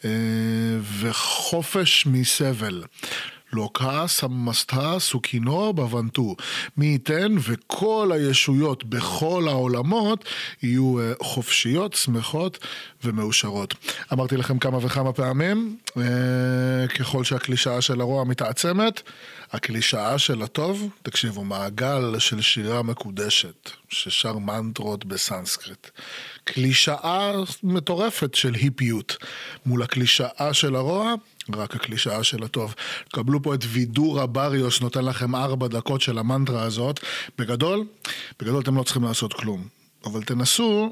S5: וחופש מסבל. לוקה סמסתה סוקינו בבנתו. מי ייתן וכל הישויות בכל העולמות יהיו חופשיות, שמחות ומאושרות. אמרתי לכם כמה וכמה פעמים, ככל שהקלישאה של הרוע מתעצמת, הקלישאה של הטוב, תקשיבו, מעגל של שירה מקודשת, ששר מנטרות בסנסקריט. קלישאה מטורפת של היפיות. מול הקלישאה של הרוע, רק הקלישאה של הטוב. קבלו פה את וידור הבריוס, נותן לכם ארבע דקות של המנטרה הזאת. בגדול, בגדול אתם לא צריכים לעשות כלום. אבל תנסו,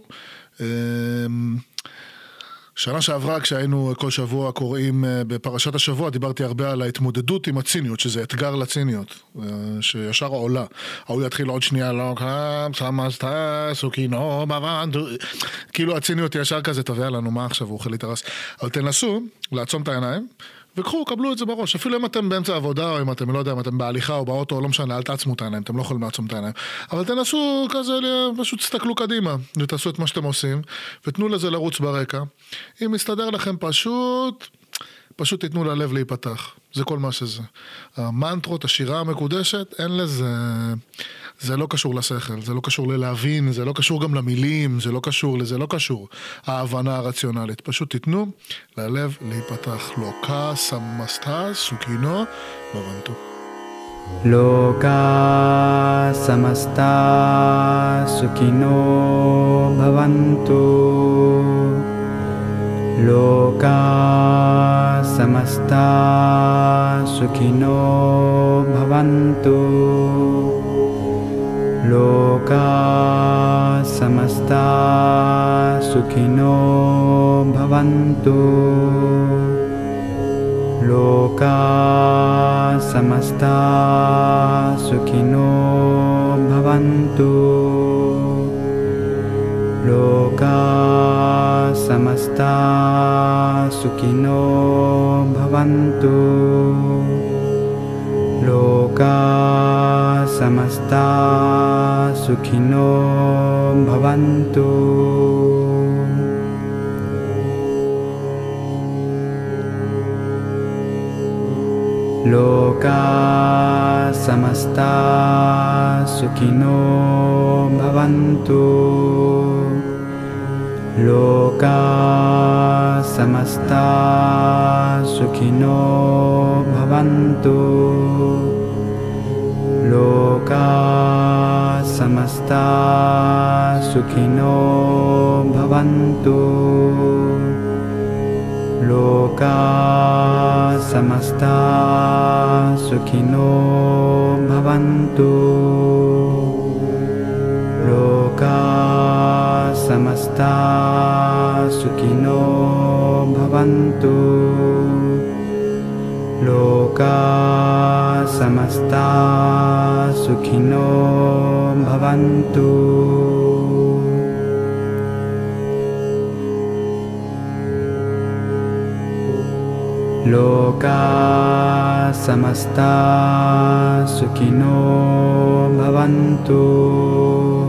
S5: שנה שעברה כשהיינו כל שבוע קוראים בפרשת השבוע, דיברתי הרבה על ההתמודדות עם הציניות, שזה אתגר לציניות, שישר עולה. הוא יתחיל עוד שנייה, לא קם, סמסתה, סוקינו, בבנתו. כאילו הציניות ישר כזה תביא לנו, מה עכשיו, הוא אוכל להתרס. אבל תנסו לעצום את העיניים, וקחו, קבלו את זה בראש, אפילו אם אתם באמצע עבודה, או אם אתם, לא יודע, אם אתם בהליכה או באוטו, לא משנה, אל תעצמו את העיניים, אתם לא יכולים לעצום את העיניים, אבל תנסו כזה, פשוט תסתכלו קדימה, ותעשו את מה שאתם עושים, ותנו לזה לרוץ ברקע. אם מסתדר לכם פשוט, פשוט תיתנו ללב להיפתח, זה כל מה שזה. המנטרות, השירה המקודשת, אין לזה, זה לא קשור לשכל, זה לא קשור ללהבין, זה לא קשור גם למילים, זה לא קשור לזה, לא קשור. ההבנה הרציונלית, פשוט תיתנו ללב להיפתח. לוקה סמסטה סוקינו בבנתו.
S9: לוקה סמסטה סוקינו בבנתו. לוקה סמסטה סוקינו בבנתו. לוקה סמסטה סוקינו בבנתו. לוקה סמסטה סוקינו בבנתו. לוקה סמסטה סוקינו בבנתו. לוקה סמסטה סוקינו בבנתו. לוקה סמסטה סוקינו בבנתו. לוקה סמסטה סוקינו בבנתו. לוקה סמסטה סוקינו בבנתו. לוקה סמסטה סוקינו בבנתו. לוקה סמסטה סוקינו בבנתו. לוקה סמסטה סוקינו בבנתו. לוקה סמסטה סוקינו בבנתו.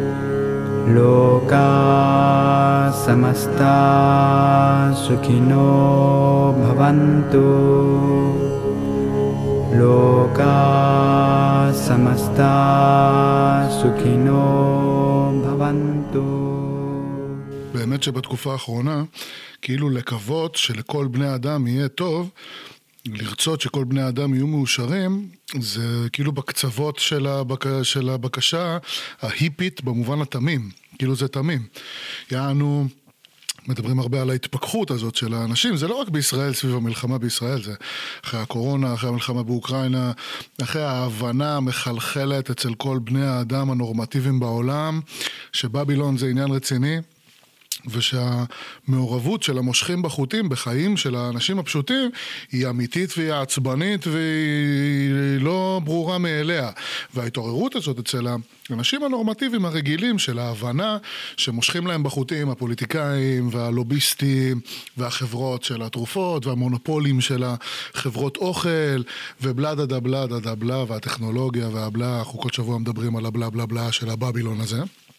S9: לוקה סמסטה סוקינו בבנתו. לוקה סמסטה סוקינו בבנתו.
S5: באמת שבתקופה האחרונה, כאילו לקוות שלכל בני אדם יהיה טוב, לרצות שכל בני אדם יהיו מאושרים, זה כאילו בקצוות של, הבק... של הבקשה ההיפית במובן התמים, כאילו זה תמים. יענו, מדברים הרבה על ההתפכחות הזאת של האנשים, זה לא רק בישראל סביב המלחמה בישראל, זה אחרי הקורונה, אחרי המלחמה באוקראינה, אחרי ההבנה המחלחלת אצל כל בני האדם הנורמטיביים בעולם, שבבילון זה עניין רציני, ושהמעורבות של המושכים בחוטים בחיים של האנשים הפשוטים היא אמיתית והיא עצבנית והיא לא ברורה מאליה. וההתעוררות הזאת אצל האנשים הנורמטיביים הרגילים של ההבנה שמושכים להם בחוטים הפוליטיקאים והלוביסטים והחברות של התרופות והמונופולים של החברות אוכל ובלה דה דה בלה דה דה בלה והטכנולוגיה והבלה, אנחנו כל שבוע מדברים על הבלה בלה בלה של הבבילון הזה.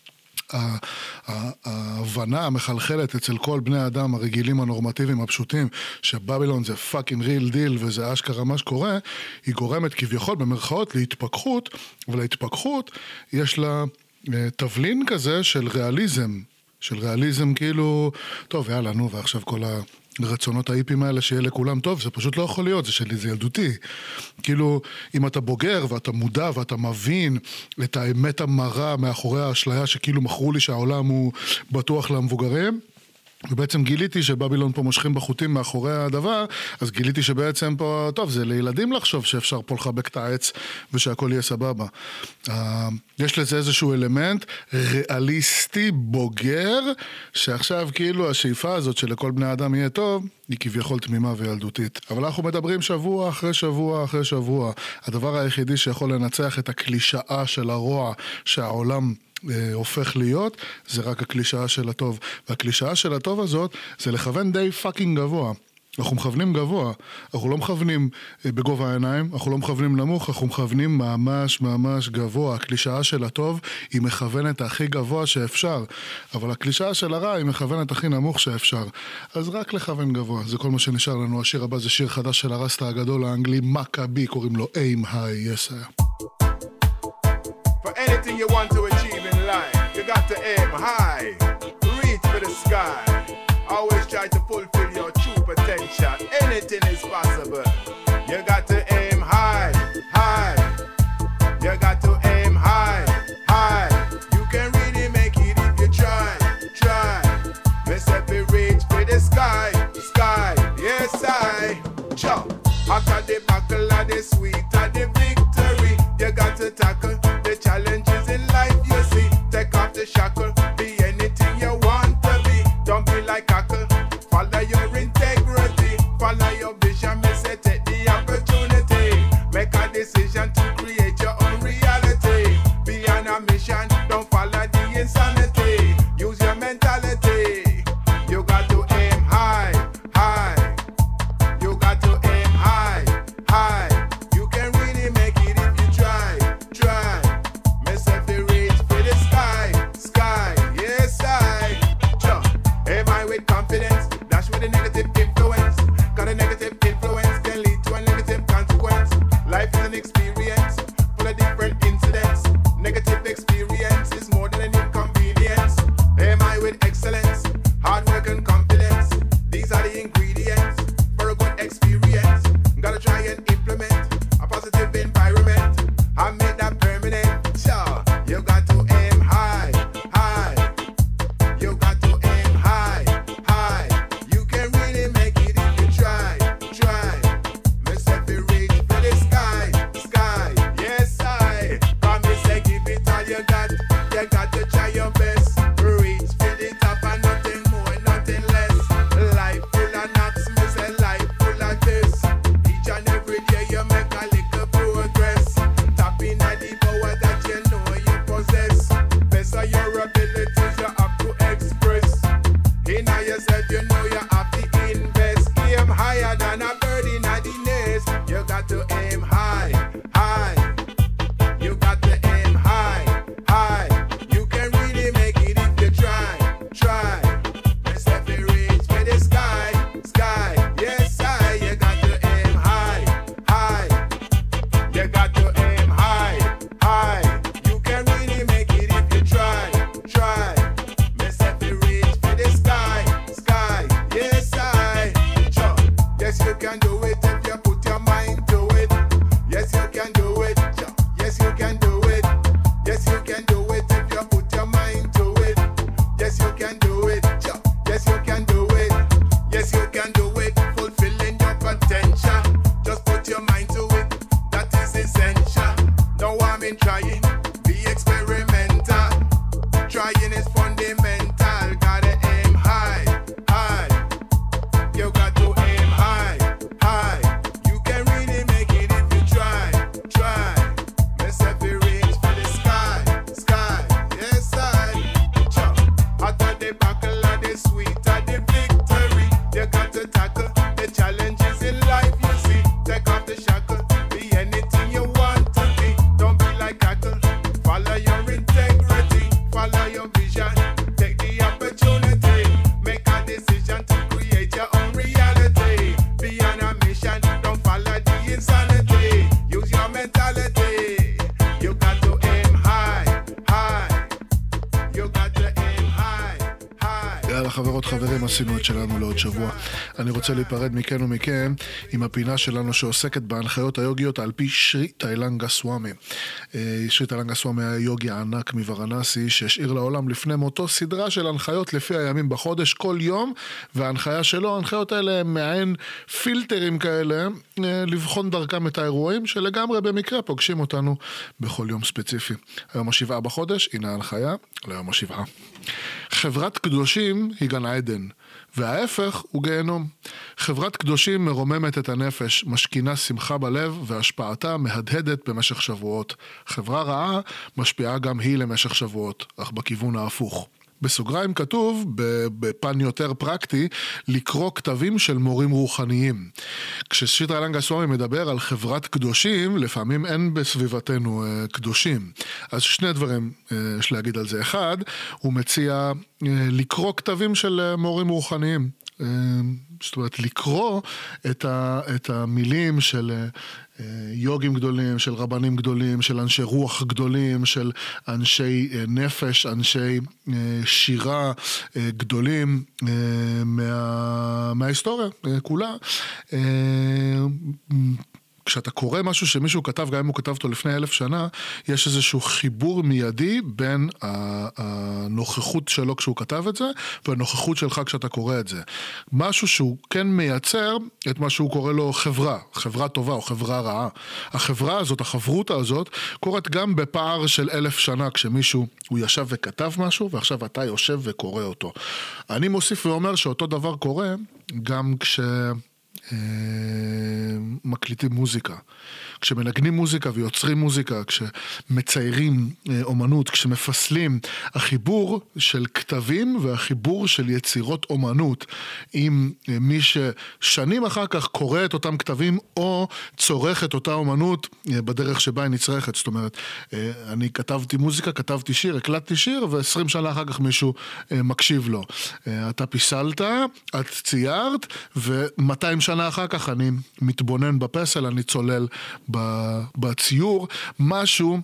S5: ההבנה המחלחלת אצל כל בני האדם הרגילים הנורמטיביים הפשוטים שבבילון זה פאקינג ריל דיל וזה אשכרה מה שקורה, היא גורמת כביכול במרכאות להתפכחות, ולהתפכחות יש לה תבלין כזה של ריאליזם, של ריאליזם כאילו, טוב יאללה נו ועכשיו כל ה... רצונות האיפים האלה שיהיה לכולם טוב, זה פשוט לא יכול להיות, זה שלי, זה ילדותי. כאילו, אם אתה בוגר ואתה מודע ואתה מבין את האמת המרה מאחורי האשליה שכאילו מכרו לי שהעולם הוא בטוח למבוגרים, ובעצם גיליתי שבבילון פה מושכים בחוטים מאחורי הדבר, אז גיליתי שבעצם פה, טוב, זה לילדים לחשוב שאפשר פה לחבק את העץ ושהכל יהיה סבבה. יש לזה איזשהו אלמנט ריאליסטי בוגר, שעכשיו כאילו השאיפה הזאת שלכל בני האדם יהיה טוב, היא כביכול תמימה וילדותית. אבל אנחנו מדברים שבוע אחרי שבוע אחרי שבוע. הדבר היחידי שיכול לנצח את הקלישאה של הרוע שהעולם הופך להיות, זה רק הקלישאה של הטוב. והקלישאה של הטוב הזאת זה לכוון די פאקינג גבוה. אנחנו מכוונים גבוה, אנחנו לא מכוונים בגובה העיניים, אנחנו לא מכוונים נמוך, אנחנו מכוונים ממש ממש גבוה. הקלישאה של הטוב היא מכוונת הכי גבוה שאפשר, אבל הקלישאה של הרע היא מכוונת הכי נמוך שאפשר. אז רק לכוון גבוה, זה כל מה שנשאר לנו. השיר הבא זה שיר חדש של הרסטה הגדול האנגלי מקאבי, קוראים לו Aim High. Yes, sir.
S10: For anything you want to achieve in life, you got to aim high, reach for the sky. Always try to fulfill your true potential. Anything is possible. You got to aim high, high. You got to aim high, high. You can really make it if you try, try. Myself you reach for the sky, sky. Yes, I. Chop. After the buckle of the sweet of the victory, you got to tackle the challenges in life. You see, take off the shackle. Be anything you want to be. Don't be like Cockle. Follow your integrity. Follow your vision. Me say take the opportunity. Make a decision to create your own reality. Be on a mission. Don't follow the insanity. Use your mentality. You got to aim high, high. You got to aim high, high. You can really make it if you try, try. Myself you reach for the sky, sky. Yes, I. Jump. Aim high with confidence. Dash with a negative influence. Cause a negative influence can lead to a negative consequence. Life is an experience full of different incidents. Negative experience is more than an inconvenience. Aim high with excellence, hard work and confidence. These are the ingredients for a good experience. Gotta try and implement a positive environment and make that permanent. Sure, you got to aim high, high. You got to aim high, high. You can really make it if you try, try. Myself you reach for the sky, sky. Yes, I. Promise I give it all you got. You got to try your best. Reach for the top and nothing more, nothing less. Life full of knocks, me say life full of this. Each and every day you make a little progress. Tapping at the power that you know you possess. Best of your abilities you have to express. In yourself you know you have to invest. Aim higher than a bird in the nest. You got to aim high, high. You got to aim high, high. You can really make it if you try, try. Myself you reach for the sky, sky. Yes, I. You got to aim high, high. You got to aim high, high. You can really make it if you try, try. Myself you reach for the sky, sky. Yes, I. Sure. Yes, you can do it if you put your mind to it. Yes, you can do it. Sure. Yes, you can do it. Yes, you can do it if you put your mind to it. Yes, you can do it. Sure. Yes, you can do it. Yes, you can do it. Fulfilling your potential. Just put your mind to it. That is essential. No harm in trying. Be experimental. Trying is fundamental. Gotta aim high, high. You got to aim high, high. You can really make it if you try, try. Myself you reach for the sky, sky. Yes, I. Jump. After the buckle of the sweet of the victory, you got to tackle the challenges in life. You see, take off the shackle. Be anything you want to be. Don't be like Cockle. Follow your integrity. Follow your vision. Take the opportunity. Make a decision to create your own reality. Be on a mission. Don't follow the insanity. Use your mentality. You got to aim high, high. You got to aim high, high.
S5: יאללה חברות חברים, עשינו את שלנו לעוד שבוע. אני רוצה להיפרד מכן ומכם עם הפינה שלנו שעוסקת בהנחיות היוגיות על פי שרי טיילנגה סוואמי. שרי טיילנגה סוואמי היה יוגי ענק מוורנסי שהשאיר לעולם לפני מותו סדרה של הנחיות לפי הימים בחודש כל יום, וההנחיה שלו, ההנחיות האלה הם מעין פילטרים כאלה לבחון דרכם את האירועים שלגמרי במקרה פוגשים אותנו בכל יום ספציפי. היום השבעה בחודש, הנה ההנחיה ליום השבעה. חברת קדושים היא גן עדן, וההפך הוא גיהנום. חברת קדושים מרוממת את הנפש, משכינה שמחה בלב, והשפעתה מהדהדת במשך שבועות. חברה רעה משפיעה גם היא למשך שבועות, אך בכיוון ההפוך. בסוגריים כתוב, בפן יותר פרקטי, לקרוא כתבים של מורים רוחניים. כששיטרה לנגה סוואמי מדבר על חברת קדושים, לפעמים אין בסביבתנו קדושים. אז שני דברים יש להגיד על זה. אחד, הוא מציע לקרוא כתבים של מורים רוחניים. זאת אומרת, לקרוא את, ה, את המילים של יוגים גדולים, של רבנים גדולים, של אנשי רוח גדולים, של אנשי נפש, אנשי שירה גדולים מה, מההיסטוריה כולה. כשאתה קורא משהו שמישהו כתב, גם אם הוא כתב אותו לפני אלף שנה, יש איזשהו חיבור מיידי בין הנוכחות שלו כשהוא כתב את זה, והנוכחות שלך כשאתה קורא את זה. משהו שהוא כן מייצר את מה שהוא קורא לו חברה, חברה טובה או חברה רעה. החברה הזאת, החברותה הזאת, קורית גם בפער של אלף שנה, כשמישהו הוא ישב וכתב משהו, ועכשיו אתה יושב וקורא אותו. אני מוסיף ואומר שאותו דבר קורה גם כש... מקליטים מוזיקה, כשמנגנים מוזיקה ויוצרים מוזיקה, כשמציירים אומנות, כשמפסלים, החיבור של כתבים והחיבור של יצירות אומנות עם מי ששנים אחר כך קורא את אותם כתבים או צורך את אותה אומנות בדרך שבה היא נצרכת. זאת אומרת, אני כתבתי מוזיקה, כתבתי שיר, הקלטתי שיר, ועשרים שנה אחר כך מישהו מקשיב לו. אתה פיסלת, את ציירת, ומאתיים שנה אחר כך אני מתבונן בפסל, אני צולל בציור, משהו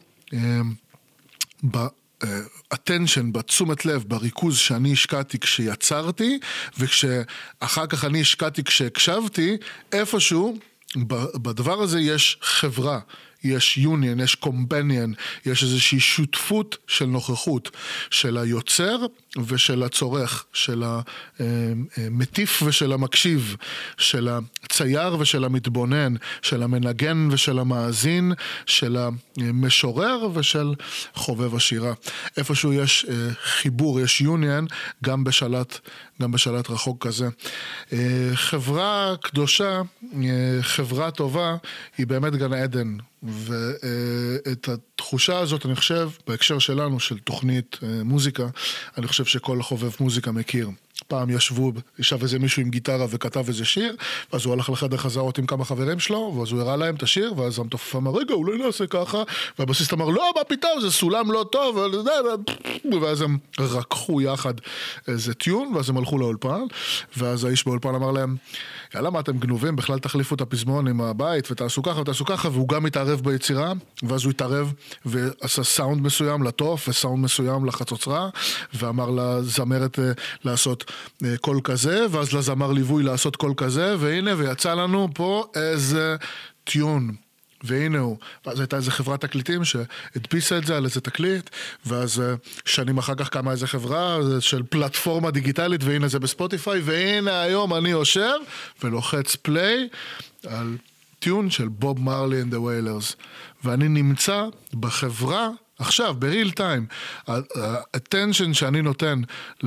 S5: ב-attention, בתשומת לב, בריכוז שאני השקעתי כשיצרתי, וכשאחר כך אני השקעתי כשהקשבתי, איפשהו בדבר הזה יש חברה, יש יוניון, יש קומפניון, יש איזושהי שותפות של נוכחות, של היוצר ושל הצורך, של המטיף ושל המקשיב, של הצייר ושל המתבונן, של המנגן ושל המאזין, של המשורר ושל חובב השירה. איפשהו יש חיבור, יש יוניון, גם בשלט, גם בשלט רחוק כזה. חברה קדושה, חברה טובה, היא באמת גן עדן. ואת התחושה הזאת אני חושב, בהקשר שלנו של תוכנית מוזיקה, אני חושב שכל חובב מוזיקה מכיר. פעם ישבו, ישב איזה מישהו עם גיטרה וכתב איזה שיר, ואז הוא הלך לחדר חזרות עם כמה חברים שלו, ואז הוא הראה להם את השיר, ואז המתופף אמר, רגע, אולי נעשה ככה, והבסיסט אמר, לא, מה פתאום, זה סולם לא טוב, ואז הם רקחו יחד איזה טיון, ואז הם הלכו לאולפן, ואז האיש באולפן אמר להם, יאללה, מה אתם גנובים, בכלל תחליפו את הפזמון עם הבית, ותעשו ככה ותעשו ככה, והוא גם התערב ביצירה, ואז הוא התערב ועשה סאונד מסוים לטוף, וסאונד מסוים לחצוצרה, ואמר לזמרת לעשות קול כזה, ואז לזמר ליווי לעשות קול כזה, והנה, ויצא לנו פה איזה טיון. והנה הוא, ואז הייתה איזה חברת תקליטים שהדפיסה את זה על איזה תקליט, ואז שנים אחר כך קמה איזה חברה של פלטפורמה דיגיטלית, והנה זה בספוטיפיי, והנה היום אני יושב ולוחץ פליי על טיון של בוב מרלי and the Wailers, ואני נמצא בחברה עכשיו, בריל טיים, האטנשן שאני נותן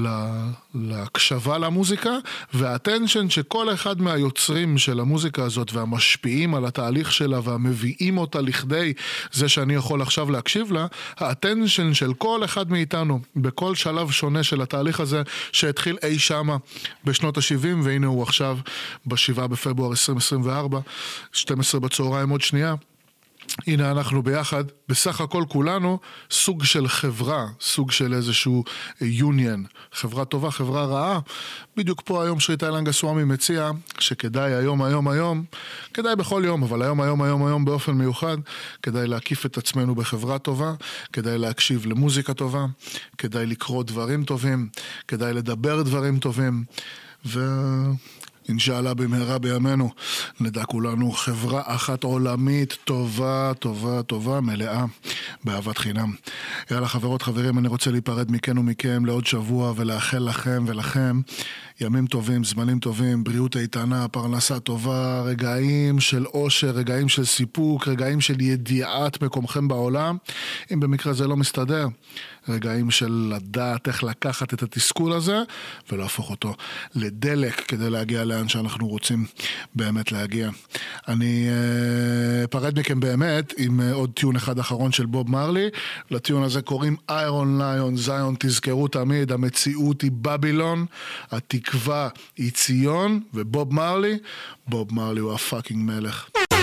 S5: להקשבה למוזיקה, והאטנשן שכל אחד מהיוצרים של המוזיקה הזאת, והמשפיעים על התהליך שלה, והמביאים אותה לכדי זה שאני יכול עכשיו להקשיב לה, האטנשן של כל אחד מאיתנו, בכל שלב שונה של התהליך הזה, שהתחיל אי שמה בשנות ה-שבעים, והנה הוא עכשיו בשבעה בפברואר עשרים עשרים וארבע, שתים עשרה בצהריים עוד שנייה, הנה אנחנו ביחד, בסך הכל כולנו, סוג של חברה, סוג של איזשהו יוניון, חברה טובה, חברה רעה. בדיוק פה היום שריטה לנגה סוואמי מציע, שכדאי היום, היום, היום, כדאי בכל יום, אבל היום, היום, היום, היום באופן מיוחד, כדאי להקיף את עצמנו בחברה טובה, כדאי להקשיב למוזיקה טובה, כדאי לקרוא דברים טובים, כדאי לדבר דברים טובים, ו... אינשאללה במהרה בימינו נדע כולנו חברה אחת עולמית טובה, טובה, טובה, מלאה באהבת חינם. יאללה חברות, חברים, אני רוצה להיפרד מכן ומכם לעוד שבוע ולאחל לכם ולכם ימים טובים, זמנים טובים, בריאות איתנה, פרנסה טובה, רגעים של אושר, רגעים של סיפוק, רגעים של ידיעת מקומכם בעולם. אם במקרה זה לא מסתדר, רגעים של לדעת איך לקחת את התסכול הזה ולהפוך אותו לדלק כדי להגיע לאן שאנחנו רוצים באמת להגיע. אני uh, פרד מכם באמת עם uh, עוד טיון אחד אחרון של בוב מרלי. לטיון הזה קוראים איירון ליון זיון. תזכרו תמיד, המציאות היא בבילון, התקווה היא ציון, ובוב מרלי, בוב מרלי הוא הפאקינג מלך.